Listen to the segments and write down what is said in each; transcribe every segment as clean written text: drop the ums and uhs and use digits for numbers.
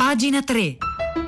Pagina 3.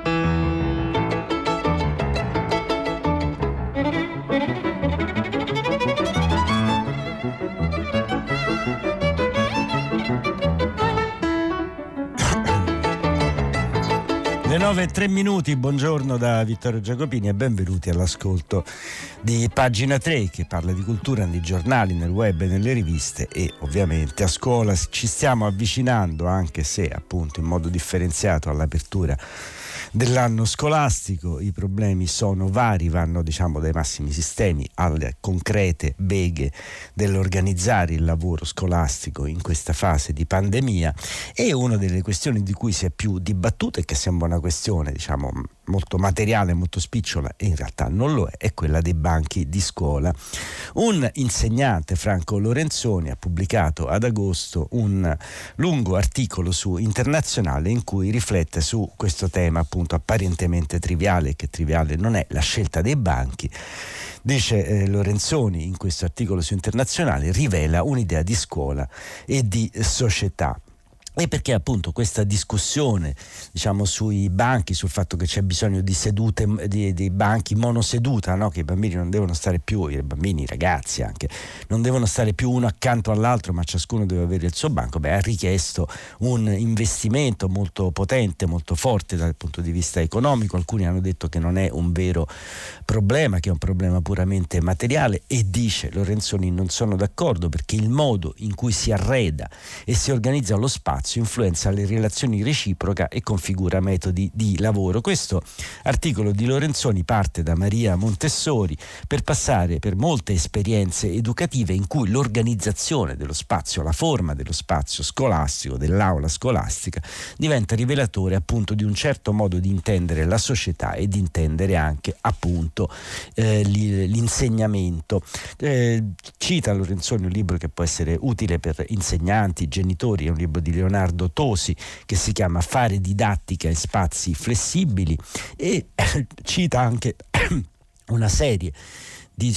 Le 9:03, buongiorno da Vittorio Giacopini e benvenuti all'ascolto di Pagina 3, che parla di cultura nei giornali, nel web e nelle riviste, e ovviamente a scuola ci stiamo avvicinando, anche se appunto in modo differenziato, all'apertura dell'anno scolastico. I problemi sono vari, vanno dai massimi sistemi alle concrete beghe dell'organizzare il lavoro scolastico in questa fase di pandemia, e una delle questioni di cui si è più dibattuta e che sembra una questione molto materiale, molto spicciola, e in realtà non lo è quella dei banchi di scuola. Un insegnante, Franco Lorenzoni, ha pubblicato ad agosto un lungo articolo su Internazionale in cui riflette su questo tema appunto apparentemente triviale, che triviale non è, la scelta dei banchi. Dice Lorenzoni in questo articolo su Internazionale, rivela un'idea di scuola e di società. E perché appunto questa discussione sui banchi, sul fatto che c'è bisogno di sedute, di banchi monoseduta, no? Che i bambini non devono stare più, i bambini, i ragazzi anche, non devono stare più uno accanto all'altro, ma ciascuno deve avere il suo banco, ha richiesto un investimento molto potente, molto forte dal punto di vista economico. Alcuni hanno detto che non è un vero problema, che è un problema puramente materiale, e dice Lorenzoni: non sono d'accordo, perché il modo in cui si arreda e si organizza lo spazio influenza le relazioni reciproche e configura metodi di lavoro. Questo articolo di Lorenzoni parte da Maria Montessori per passare per molte esperienze educative in cui l'organizzazione dello spazio, la forma dello spazio scolastico, dell'aula scolastica, diventa rivelatore appunto di un certo modo di intendere la società e di intendere anche appunto l'insegnamento. Cita Lorenzoni un libro che può essere utile per insegnanti, genitori, è un libro di Leonardo Tosi che si chiama Fare didattica in spazi flessibili, e cita anche una serie di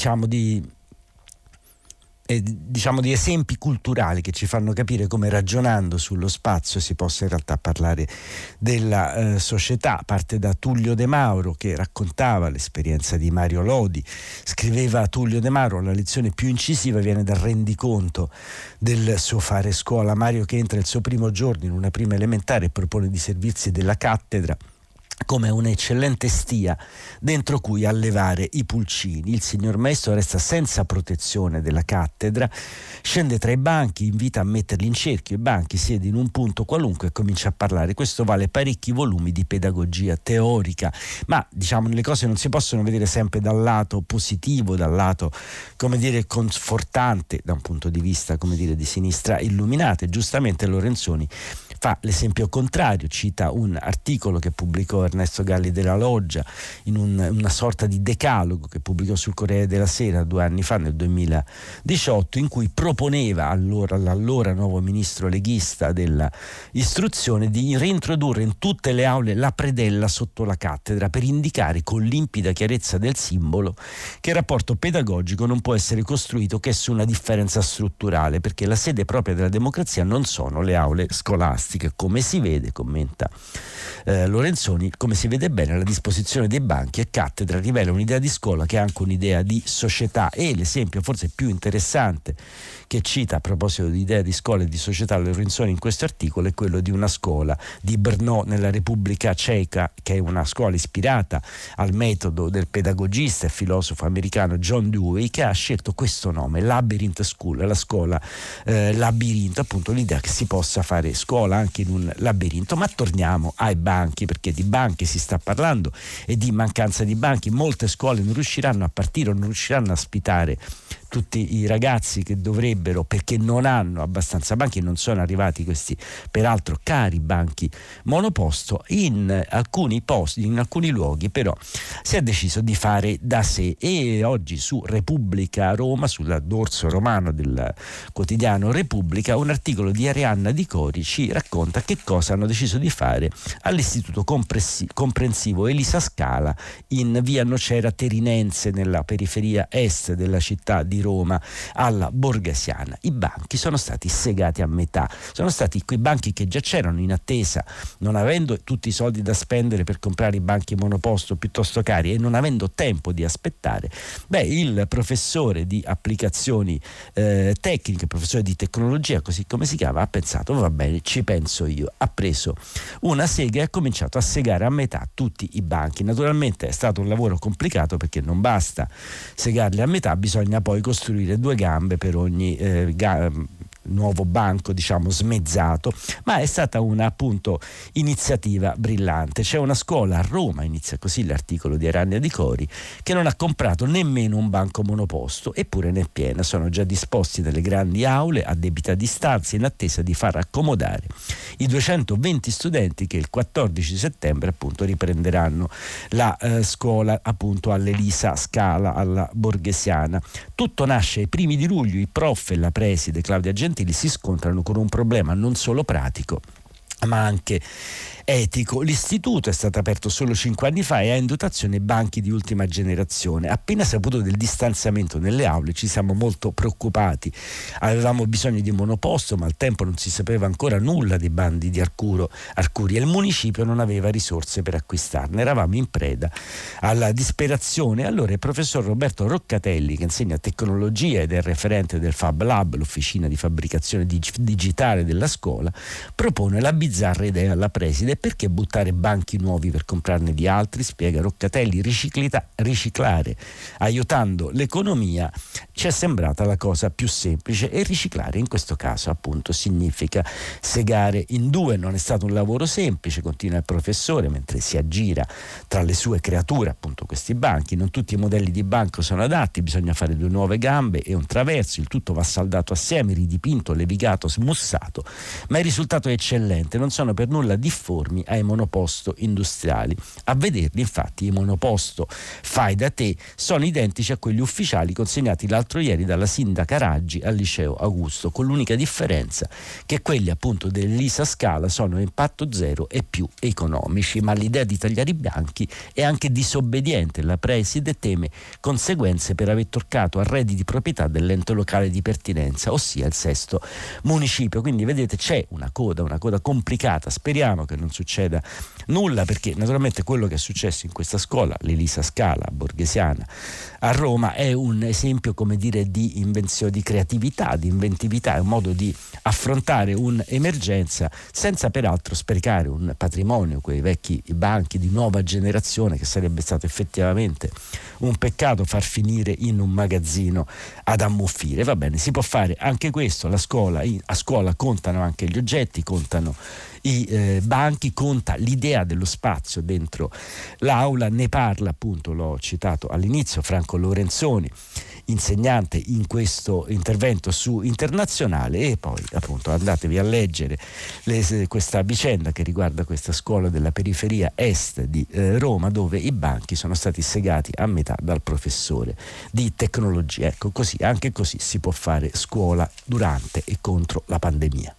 esempi culturali che ci fanno capire come, ragionando sullo spazio, si possa in realtà parlare della società. Parte da Tullio De Mauro, che raccontava l'esperienza di Mario Lodi. Scriveva Tullio De Mauro: la lezione più incisiva viene dal rendiconto del suo fare scuola. Mario, che entra il suo primo giorno in una prima elementare, propone di servirsi della cattedra come un'eccellente stia dentro cui allevare i pulcini. Il signor maestro resta senza protezione della cattedra, scende tra i banchi, invita a metterli in cerchio, i banchi, siede in un punto qualunque e comincia a parlare. Questo vale parecchi volumi di pedagogia teorica, ma le cose non si possono vedere sempre dal lato positivo, dal lato confortante, da un punto di vista di sinistra illuminata. Giustamente Lorenzoni fa l'esempio contrario, cita un articolo che pubblicò Ernesto Galli della Loggia in una sorta di decalogo che pubblicò sul Corriere della Sera 2 anni fa, nel 2018, in cui proponeva all'allora nuovo ministro leghista dell'istruzione di reintrodurre in tutte le aule la predella sotto la cattedra, per indicare con limpida chiarezza del simbolo che il rapporto pedagogico non può essere costruito che su una differenza strutturale, perché la sede propria della democrazia non sono le aule scolastiche. Come si vede, commenta Lorenzoni, come si vede bene, la disposizione dei banchi e cattedra rivela un'idea di scuola che è anche un'idea di società. E l'esempio forse più interessante che cita a proposito di idea di scuola e di società Lorenzoni in questo articolo è quello di una scuola di Brno, nella Repubblica Ceca, che è una scuola ispirata al metodo del pedagogista e filosofo americano John Dewey, che ha scelto questo nome, Labyrinth School, la scuola labirinto, appunto l'idea che si possa fare scuola anche in un labirinto. Ma torniamo ai banchi, perché di banchi si sta parlando e di mancanza di banchi. Molte scuole non riusciranno a partire o non riusciranno a ospitare tutti i ragazzi che dovrebbero, perché non hanno abbastanza banchi, non sono arrivati questi peraltro cari banchi monoposto. In alcuni posti, in alcuni luoghi però si è deciso di fare da sé, e oggi su Repubblica Roma, sul dorso romano del quotidiano Repubblica, un articolo di Arianna Di Cori ci racconta che cosa hanno deciso di fare all'istituto comprensivo Elisa Scala in via Nocera Terinense, nella periferia est della città di Roma alla Borgesiana. I banchi sono stati segati a metà, sono stati quei banchi che già c'erano in attesa, non avendo tutti i soldi da spendere per comprare i banchi monoposto piuttosto cari e non avendo tempo di aspettare. Il professore di applicazioni tecniche, professore di tecnologia, così come si chiama, ha pensato va bene, ci penso io, ha preso una sega e ha cominciato a segare a metà tutti i banchi. Naturalmente è stato un lavoro complicato perché non basta segarli a metà, bisogna poi costruire 2 gambe per ogni nuovo banco, diciamo, smezzato, ma è stata una appunto iniziativa brillante. C'è una scuola a Roma, inizia così l'articolo di Arania Di Cori, che non ha comprato nemmeno un banco monoposto, eppure ne è piena, sono già disposti nelle grandi aule a debita distanza in attesa di far accomodare i 220 studenti che il 14 settembre appunto riprenderanno la scuola appunto all'Elisa Scala alla Borgesiana. Tutto nasce ai primi di luglio, i prof e la preside Claudia Gentili si scontrano con un problema non solo pratico ma anche etico. L'istituto è stato aperto solo 5 anni fa e ha in dotazione banchi di ultima generazione. Appena saputo del distanziamento nelle aule ci siamo molto preoccupati, avevamo bisogno di monoposto ma al tempo non si sapeva ancora nulla dei bandi di Arcuri e il municipio non aveva risorse per acquistarne, eravamo in preda alla disperazione. Allora il professor Roberto Roccatelli, che insegna tecnologia ed è referente del Fab Lab, l'officina di fabbricazione digitale della scuola, propone la bizzarra idea alla preside: perché buttare banchi nuovi per comprarne di altri? Spiega Roccatelli, riciclare aiutando l'economia ci è sembrata la cosa più semplice, e riciclare in questo caso appunto significa segare in 2. Non è stato un lavoro semplice, continua il professore mentre si aggira tra le sue creature appunto questi banchi. Non tutti i modelli di banco sono adatti, bisogna fare 2 nuove gambe e un traverso, il tutto va saldato assieme, ridipinto, levigato, smussato, ma il risultato è eccellente, non sono per nulla difformi ai monoposto industriali. A vederli infatti i monoposto fai da te sono identici a quelli ufficiali consegnati l'altro ieri dalla sindaca Raggi al liceo Augusto, con l'unica differenza che quelli appunto dell'Elisa Scala sono a impatto zero e più economici. Ma l'idea di tagliare i banchi è anche disobbediente, la preside teme conseguenze per aver toccato arredi di proprietà dell'ente locale di pertinenza, ossia il sesto municipio. Quindi vedete c'è una coda complicata, speriamo che non succeda nulla, perché naturalmente quello che è successo in questa scuola, l'Elisa Scala Borgesiana a Roma, è un esempio, come dire, di invenzione, di creatività, di inventività, è un modo di affrontare un'emergenza senza peraltro sprecare un patrimonio, quei vecchi banchi di nuova generazione che sarebbe stato effettivamente un peccato far finire in un magazzino ad ammuffire. Va bene, si può fare anche questo, a scuola contano anche gli oggetti, contano i banchi, conta l'idea dello spazio dentro l'aula. Ne parla appunto, l'ho citato all'inizio, Franco Lorenzoni, insegnante in questo intervento su Internazionale, e poi appunto andatevi a leggere questa vicenda che riguarda questa scuola della periferia est di Roma, dove i banchi sono stati segati a metà dal professore di tecnologia. Ecco, così, anche così si può fare scuola durante e contro la pandemia.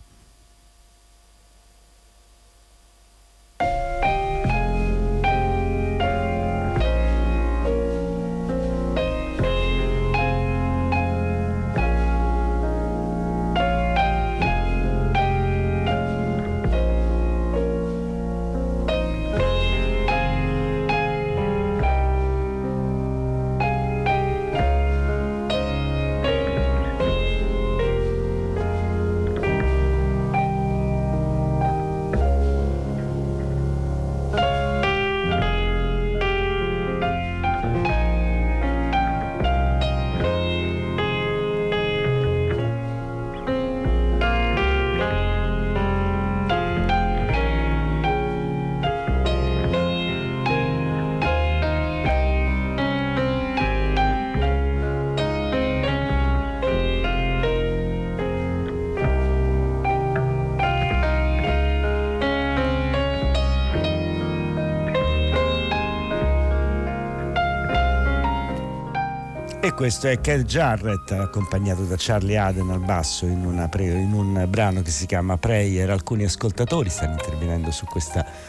E questo è Keith Jarrett, accompagnato da Charlie Haden al basso in un brano che si chiama Prayer. Alcuni ascoltatori stanno intervenendo su questa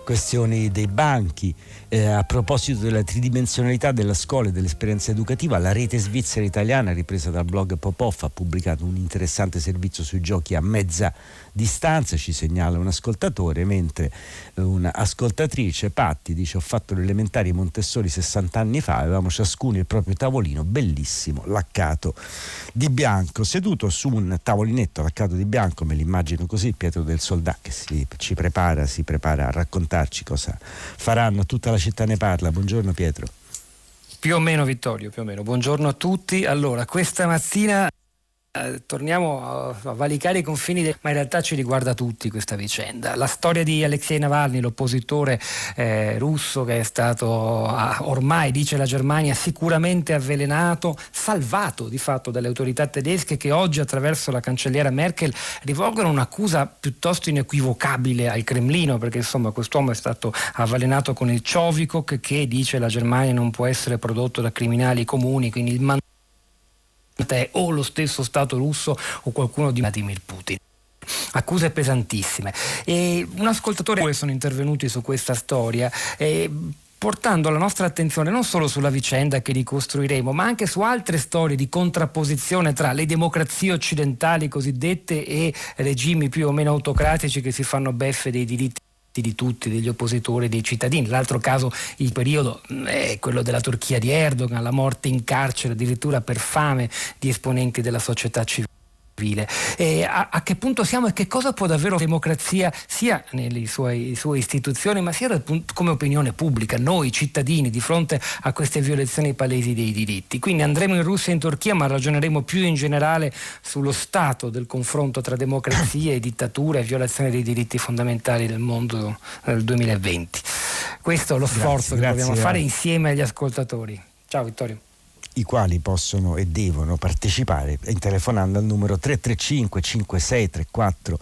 questioni dei banchi. A proposito della tridimensionalità della scuola e dell'esperienza educativa, la rete svizzera italiana, ripresa dal blog Popov, ha pubblicato un interessante servizio sui giochi a mezza distanza, ci segnala un ascoltatore, mentre un'ascoltatrice, Patti, dice: ho fatto le elementari Montessori 60 anni fa, avevamo ciascuno il proprio tavolino bellissimo laccato di bianco. Seduto su un tavolinetto laccato di bianco, me l'immagino così, Pietro del Soldà, che si prepara a raccontarci cosa faranno. Tutta la città ne parla. Buongiorno Pietro. Più o meno, Vittorio, più o meno. Buongiorno a tutti. Allora, questa mattina torniamo a valicare i confini, ma in realtà ci riguarda tutti questa vicenda. La storia di Alexei Navalny, l'oppositore russo che è stato ormai, dice la Germania, sicuramente avvelenato, salvato di fatto dalle autorità tedesche, che oggi attraverso la cancelliera Merkel rivolgono un'accusa piuttosto inequivocabile al Cremlino, perché insomma quest'uomo è stato avvelenato con il Chovikov, che dice la Germania non può essere prodotto da criminali comuni, quindi il o lo stesso Stato russo o qualcuno di Vladimir Putin. Accuse pesantissime. E un ascoltatore sono intervenuti su questa storia portando la nostra attenzione non solo sulla vicenda che ricostruiremo, ma anche su altre storie di contrapposizione tra le democrazie occidentali cosiddette e regimi più o meno autocratici che si fanno beffe dei diritti di tutti, degli oppositori, dei cittadini. L'altro caso, il periodo, è quello della Turchia di Erdogan, la morte in carcere addirittura per fame di esponenti della società civile. A che punto siamo e che cosa può davvero la democrazia, sia nelle sue istituzioni, ma sia come opinione pubblica, noi cittadini, di fronte a queste violazioni palesi dei diritti. Quindi andremo in Russia e in Turchia, ma ragioneremo più in generale sullo stato del confronto tra democrazie e dittature e violazione dei diritti fondamentali del mondo nel 2020. Questo è lo sforzo che dobbiamo fare insieme agli ascoltatori. Ciao Vittorio. I quali possono e devono partecipare telefonando al numero 335 5634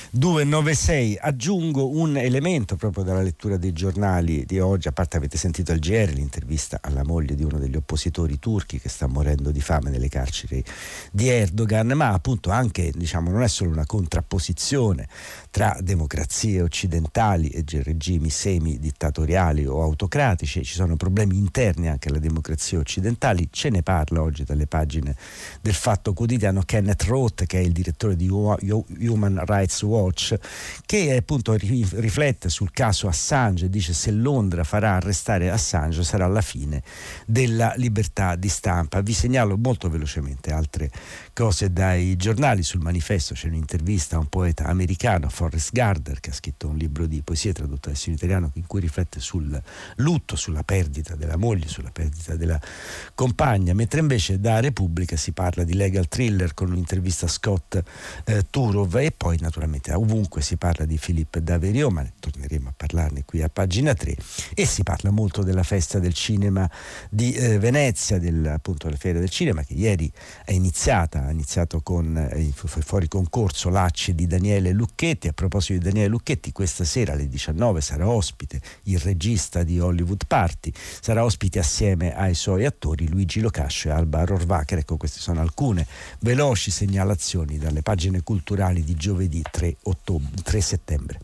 296. Aggiungo un elemento proprio dalla lettura dei giornali di oggi, a parte avete sentito al GR l'intervista alla moglie di uno degli oppositori turchi che sta morendo di fame nelle carceri di Erdogan, ma appunto anche, diciamo, non è solo una contrapposizione tra democrazie occidentali e regimi semi-dittatoriali o autocratici, ci sono problemi interni anche alle democrazie occidentali. Ce ne parla oggi dalle pagine del Fatto Quotidiano Kenneth Roth, che è il direttore di Human Rights Watch, che appunto riflette sul caso Assange e dice: se Londra farà arrestare Assange sarà la fine della libertà di stampa. Vi segnalo molto velocemente altre cose dai giornali. Sul Manifesto c'è un'intervista a un poeta americano, Forrest Gardner, che ha scritto un libro di poesie tradotto adesso in italiano, in cui riflette sul lutto, sulla perdita della moglie, sulla perdita della compagna, mentre invece da Repubblica si parla di legal thriller con un'intervista a Scott Turov, e poi naturalmente ovunque si parla di Philippe Daveriot, ma torneremo a parlarne qui a Pagina 3, e si parla molto della festa del cinema di Venezia, appunto la fiera del cinema, che ieri ha iniziato con fuori concorso Lacci di Daniele Lucchetti. A proposito di Daniele Lucchetti, questa sera alle 19 sarà ospite il regista di Hollywood Party, sarà ospite assieme ai suoi attori Luigi Locascio e Alba Rohrwacher. Ecco, queste sono alcune veloci segnalazioni dalle pagine culturali di giovedì 3 settembre.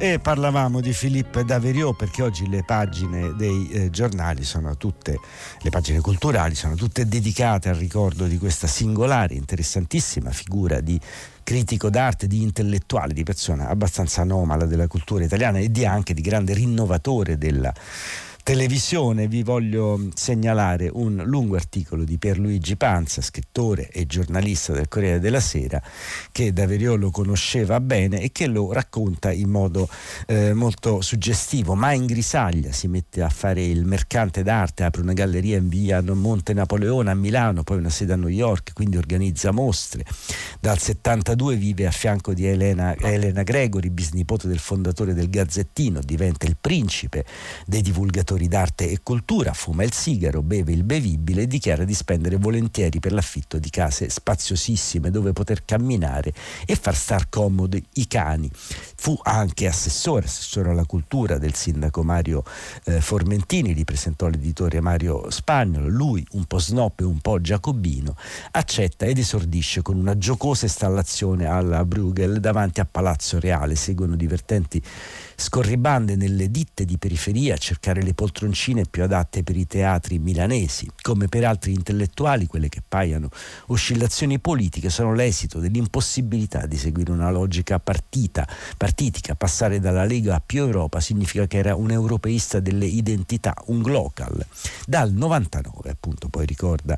E parlavamo di Philippe Daveriot perché oggi le pagine dei giornali sono tutte, le pagine culturali sono tutte dedicate al ricordo di questa singolare, interessantissima figura di critico d'arte, di intellettuale, di persona abbastanza anomala della cultura italiana e anche di grande rinnovatore della televisione. Vi voglio segnalare un lungo articolo di Pierluigi Panza, scrittore e giornalista del Corriere della Sera, che Daveriot lo conosceva bene e che lo racconta in modo molto suggestivo. Ma in Grisaglia si mette a fare il mercante d'arte, apre una galleria in via Monte Napoleone a Milano, poi una sede a New York, quindi organizza mostre. Dal 72 vive a fianco di Elena Gregori, bisnipote del fondatore del Gazzettino, diventa il principe dei divulgatori d'arte e cultura, fuma il sigaro, beve il bevibile e dichiara di spendere volentieri per l'affitto di case spaziosissime dove poter camminare e far star comodi i cani. Fu anche assessore alla cultura del sindaco Mario Formentini, ripresentò l'editore Mario Spagnolo. Lui, un po' snob e un po' giacobino, accetta ed esordisce con una giocosa installazione alla Bruegel davanti a Palazzo Reale. Seguono divertenti scorribande nelle ditte di periferia a cercare le poltroncine più adatte per i teatri milanesi. Come per altri intellettuali, quelle che paiono oscillazioni politiche sono l'esito dell'impossibilità di seguire una logica partitica. Passare dalla Lega a più Europa significa che era un europeista delle identità, un glocal. Dal 99, appunto, poi ricorda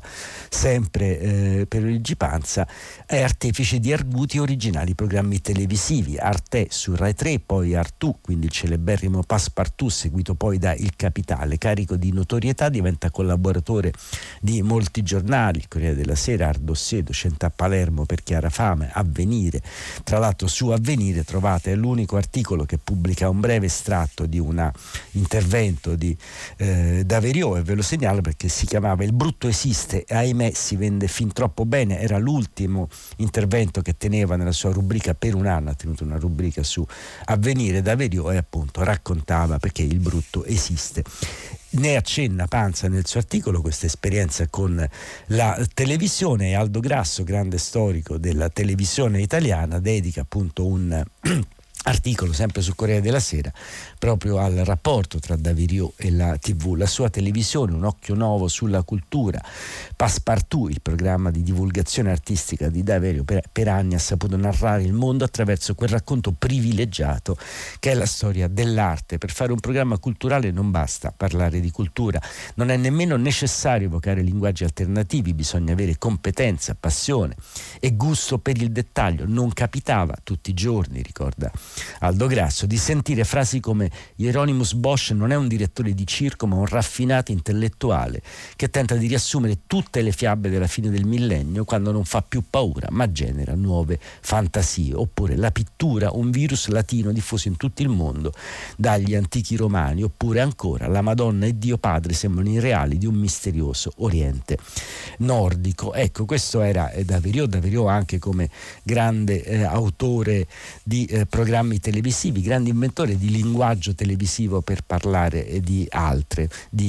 sempre Pierluigi Panza, è artefice di arguti originali programmi televisivi, Arte su Rai 3, poi Artù, quindi il celeberrimo Passepartout, seguito poi da Il Capitale. Carico di notorietà diventa collaboratore di molti giornali, il Corriere della Sera, Ardossie, docente a Palermo per Chiara Fame, Avvenire. Tra l'altro su Avvenire trovate l'unico articolo che pubblica un breve estratto di un intervento di Daveriot, e ve lo segnalo perché si chiamava Il brutto esiste e ahimè si vende fin troppo bene. Era l'ultimo intervento che teneva nella sua rubrica, per un anno ha tenuto una rubrica su Avvenire Daveriot, e appunto raccontava perché il brutto esiste. Ne accenna Panza nel suo articolo questa esperienza con la televisione, e Aldo Grasso, grande storico della televisione italiana, dedica appunto un articolo sempre sul Corriere della Sera proprio al rapporto tra Daveriot e la TV. La sua televisione, un occhio nuovo sulla cultura. Passepartout, il programma di divulgazione artistica di Daveriot, per anni ha saputo narrare il mondo attraverso quel racconto privilegiato che è la storia dell'arte. Per fare un programma culturale non basta parlare di cultura, non è nemmeno necessario evocare linguaggi alternativi, bisogna avere competenza, passione e gusto per il dettaglio. Non capitava tutti i giorni, ricorda Aldo Grasso, di sentire frasi come Hieronymus Bosch non è un direttore di circo ma un raffinato intellettuale che tenta di riassumere tutte le fiabe della fine del millennio quando non fa più paura ma genera nuove fantasie. Oppure la pittura, un virus latino diffuso in tutto il mondo dagli antichi romani. Oppure ancora la Madonna e Dio Padre sembrano i reali di un misterioso Oriente nordico. Ecco, questo era Daveriot anche come grande autore di programmi televisivi, grande inventore di linguaggio televisivo per parlare di arte.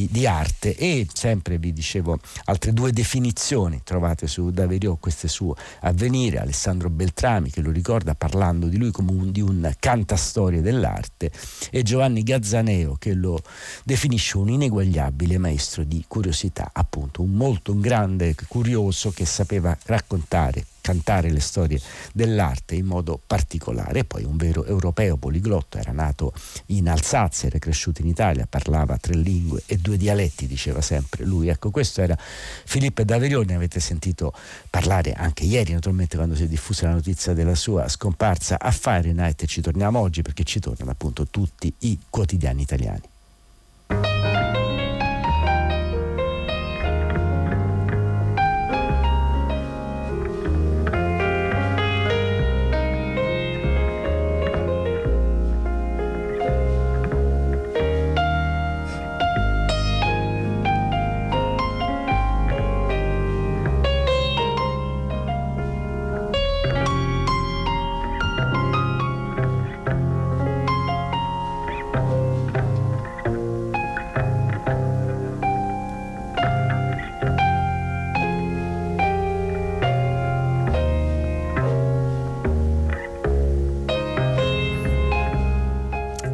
E sempre vi dicevo altre due definizioni trovate su Daveriot, queste su Avvenire, Alessandro Beltrami che lo ricorda parlando di lui come di un cantastorie dell'arte, e Giovanni Gazzaneo che lo definisce un ineguagliabile maestro di curiosità, appunto un grande curioso che sapeva cantare le storie dell'arte in modo particolare. E poi un vero europeo poliglotto, era nato in Alsazia, era cresciuto in Italia, parlava 3 lingue e 2 dialetti, diceva sempre lui. Ecco, questo era Philippe Daveriot, ne avete sentito parlare anche ieri, naturalmente, quando si è diffusa la notizia della sua scomparsa a Fahrenheit, e ci torniamo oggi perché ci tornano appunto tutti i quotidiani italiani.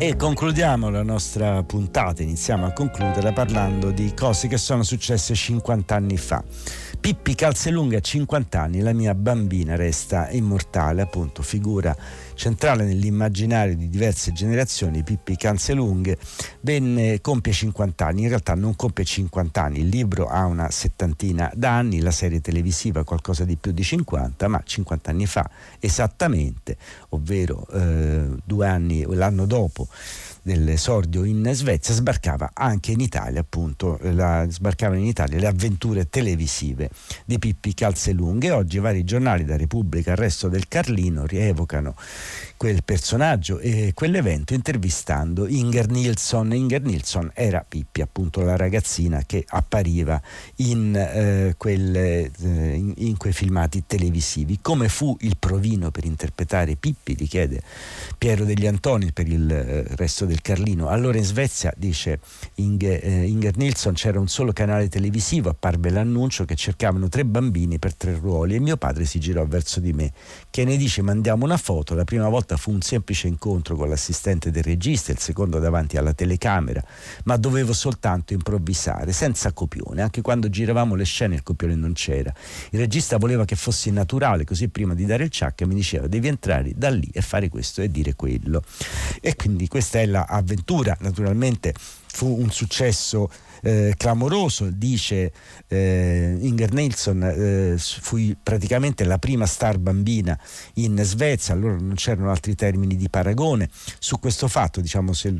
E concludiamo la nostra puntata, iniziamo a concludere parlando di cose che sono successe 50 anni fa. Pippi Calzelunghe a 50 anni, la mia bambina resta immortale, appunto figura centrale nell'immaginario di diverse generazioni. Pippi Calzelunghe compie 50 anni, in realtà non compie 50 anni, il libro ha una settantina d'anni, la serie televisiva qualcosa di più di 50, ma 50 anni fa esattamente, ovvero 2 anni, l'anno dopo dell'esordio in Svezia, sbarcava anche in Italia, appunto, sbarcavano in Italia le avventure televisive di Pippi Calzelunghe. Oggi vari giornali, da Repubblica al Resto del Carlino, rievocano quel personaggio e quell'evento intervistando Inger Nilsson. Inger Nilsson era Pippi, appunto la ragazzina che appariva in quei filmati televisivi. Come fu il provino per interpretare Pippi, gli chiede Piero degli Antoni per il Resto del Carlino. Allora in Svezia, dice Inger Nilsson, c'era un solo canale televisivo, apparve l'annuncio che cercavano 3 bambini per 3 ruoli e mio padre si girò verso di me, che ne dice mandiamo una foto. La prima volta fu un semplice incontro con l'assistente del regista, il secondo davanti alla telecamera, ma dovevo soltanto improvvisare, senza copione. Anche quando giravamo le scene il copione non c'era. Il regista voleva che fossi naturale, così prima di dare il ciak mi diceva devi entrare da lì e fare questo e dire quello. E quindi questa è l'avventura. Naturalmente fu un successo clamoroso, dice Inger Nilsson, fui praticamente la prima star bambina in Svezia, allora non c'erano altri termini di paragone su questo fatto, diciamo, se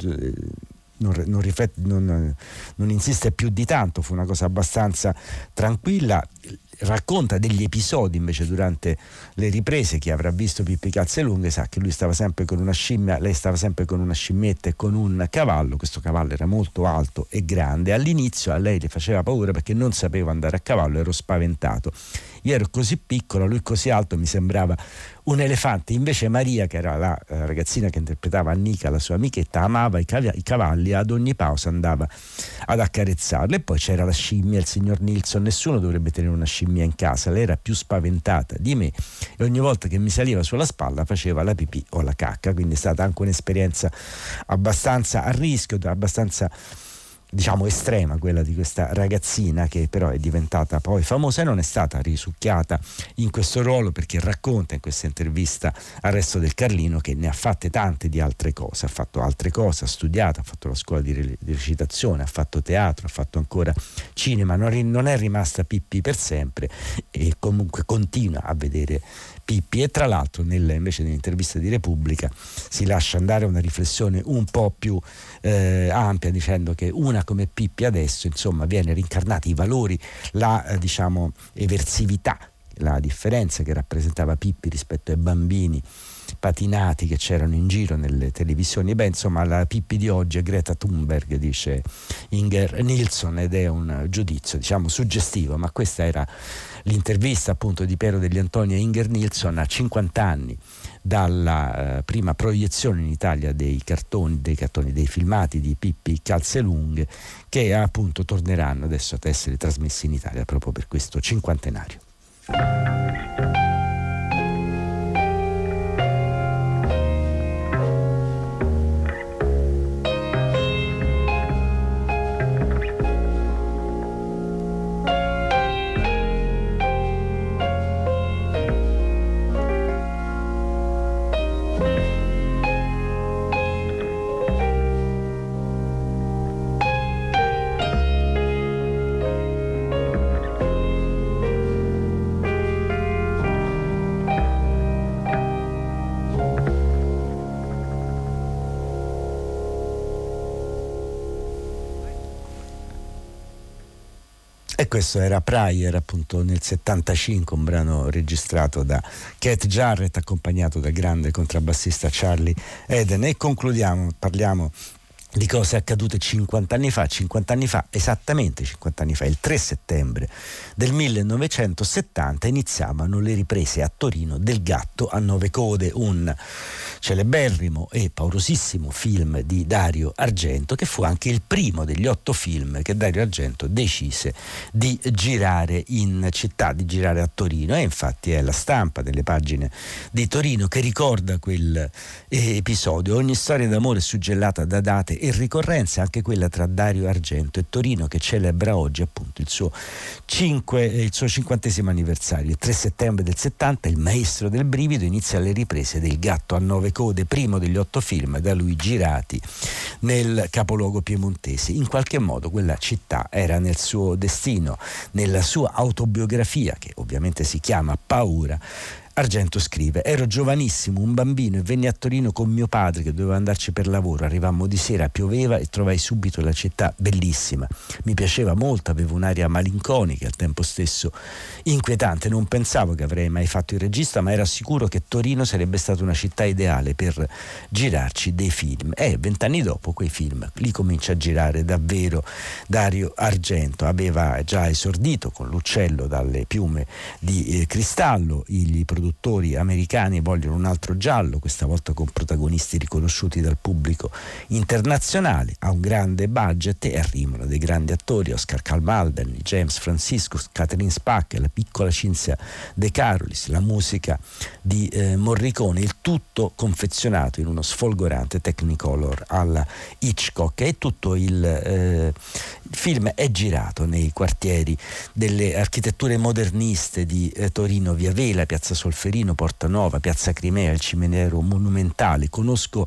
non insiste più di tanto, fu una cosa abbastanza tranquilla. Racconta degli episodi invece durante le riprese. Chi avrà visto Pippi Calzelunghe sa che lui stava sempre con una scimmia, lei stava sempre con una scimmietta e con un cavallo. Questo cavallo era molto alto e grande. All'inizio a lei le faceva paura perché non sapeva andare a cavallo, ero spaventato. Io ero così piccolo, lui così alto, mi sembrava un elefante. Invece Maria, che era la ragazzina che interpretava Annika, la sua amichetta, amava i cavalli, ad ogni pausa andava ad accarezzarli. E poi c'era la scimmia, il signor Nilsson. Nessuno dovrebbe tenere una scimmia in casa, lei era più spaventata di me e ogni volta che mi saliva sulla spalla faceva la pipì o la cacca, quindi è stata anche un'esperienza abbastanza a rischio, abbastanza, diciamo, estrema, quella di questa ragazzina, che però è diventata poi famosa e non è stata risucchiata in questo ruolo, perché racconta in questa intervista al Resto del Carlino che ne ha fatte tante di altre cose, ha fatto altre cose, ha studiato, ha fatto la scuola di recitazione, ha fatto teatro, ha fatto ancora cinema, non è rimasta Pippi per sempre e comunque continua a vedere Pippi. E tra l'altro invece nell'intervista di Repubblica si lascia andare una riflessione un po' più ampia, dicendo che una come Pippi adesso, insomma, viene rincarnati i valori, la diciamo eversività, la differenza che rappresentava Pippi rispetto ai bambini patinati che c'erano in giro nelle televisioni. Beh, insomma, la Pippi di oggi è Greta Thunberg, dice Inger Nilsson, ed è un giudizio, diciamo, suggestivo, ma questa era l'intervista appunto di Piero degli Antoni a Inger Nilsson a 50 anni dalla prima proiezione in Italia dei filmati di Pippi Calzelunghe, che appunto torneranno adesso ad essere trasmessi in Italia proprio per questo cinquantenario. E questo era Prayer, appunto nel 75, un brano registrato da Keith Jarrett accompagnato dal grande contrabbassista Charlie Eden. E concludiamo, parliamo di cose accadute 50 anni fa, esattamente 50 anni fa, il 3 settembre del 1970 iniziavano le riprese a Torino del Gatto a 9 code, un celeberrimo e paurosissimo film di Dario Argento, che fu anche il primo degli 8 film che Dario Argento decise di girare in città, di girare a Torino, e infatti è La Stampa delle pagine di Torino che ricorda quel episodio. Ogni storia d'amore è suggellata da date e ricorrenze, anche quella tra Dario Argento e Torino, che celebra oggi appunto il suo 50° anniversario. Il 3 settembre del 70 il maestro del brivido inizia le riprese del Gatto a 9 code, primo degli 8 film da lui girati nel capoluogo piemontese. In qualche modo quella città era nel suo destino. Nella sua autobiografia, che ovviamente si chiama Paura, Argento scrive: ero giovanissimo, un bambino, e venni a Torino con mio padre che doveva andarci per lavoro. Arrivammo di sera, pioveva e trovai subito la città bellissima. Mi piaceva molto, avevo un'aria malinconica e al tempo stesso inquietante. Non pensavo che avrei mai fatto il regista, ma ero sicuro che Torino sarebbe stata una città ideale per girarci dei film. E 20 anni dopo quei film li comincia a girare davvero Dario Argento. Aveva già esordito con L'uccello dalle piume di cristallo. I produttori americani vogliono un altro giallo, questa volta con protagonisti riconosciuti dal pubblico internazionale. Ha un grande budget e arrivano dei grandi attori: Oscar Calmalden, James Franciscus, Catherine Spack, la piccola Cinzia De Carolis, la musica di Morricone, il tutto confezionato in uno sfolgorante Technicolor alla Hitchcock. E tutto il film è girato nei quartieri delle architetture moderniste di Torino, Via Vela, Piazza Solferino, Porta Nuova, Piazza Crimea, il Cimitero Monumentale. Conosco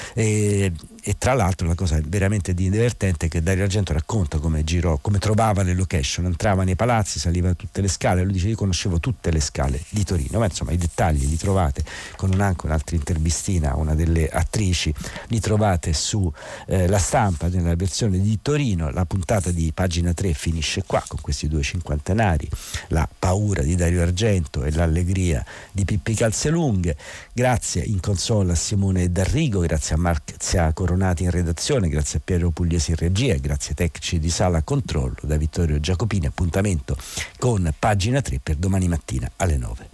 e tra l'altro la cosa veramente divertente è che Dario Argento racconta come girò, come trovava le location, entrava nei palazzi, saliva tutte le scale. Lui dice: io conoscevo tutte le scale di Torino, ma insomma i dettagli li trovate con anche un'altra intervistina a una delle attrici, li trovate su La Stampa nella versione di Torino. La puntata di Pagina 3 finisce qua con questi 2 cinquantenari, la paura di Dario Argento e l'allegria di Pippi Calzelunghe. Grazie in console a Simone D'Arrigo, grazie a Marzia Coronati in redazione, grazie a Piero Pugliesi in regia, grazie ai tecnici di Sala Controllo. Da Vittorio Giacopini, appuntamento con Pagina 3 per domani mattina alle 9.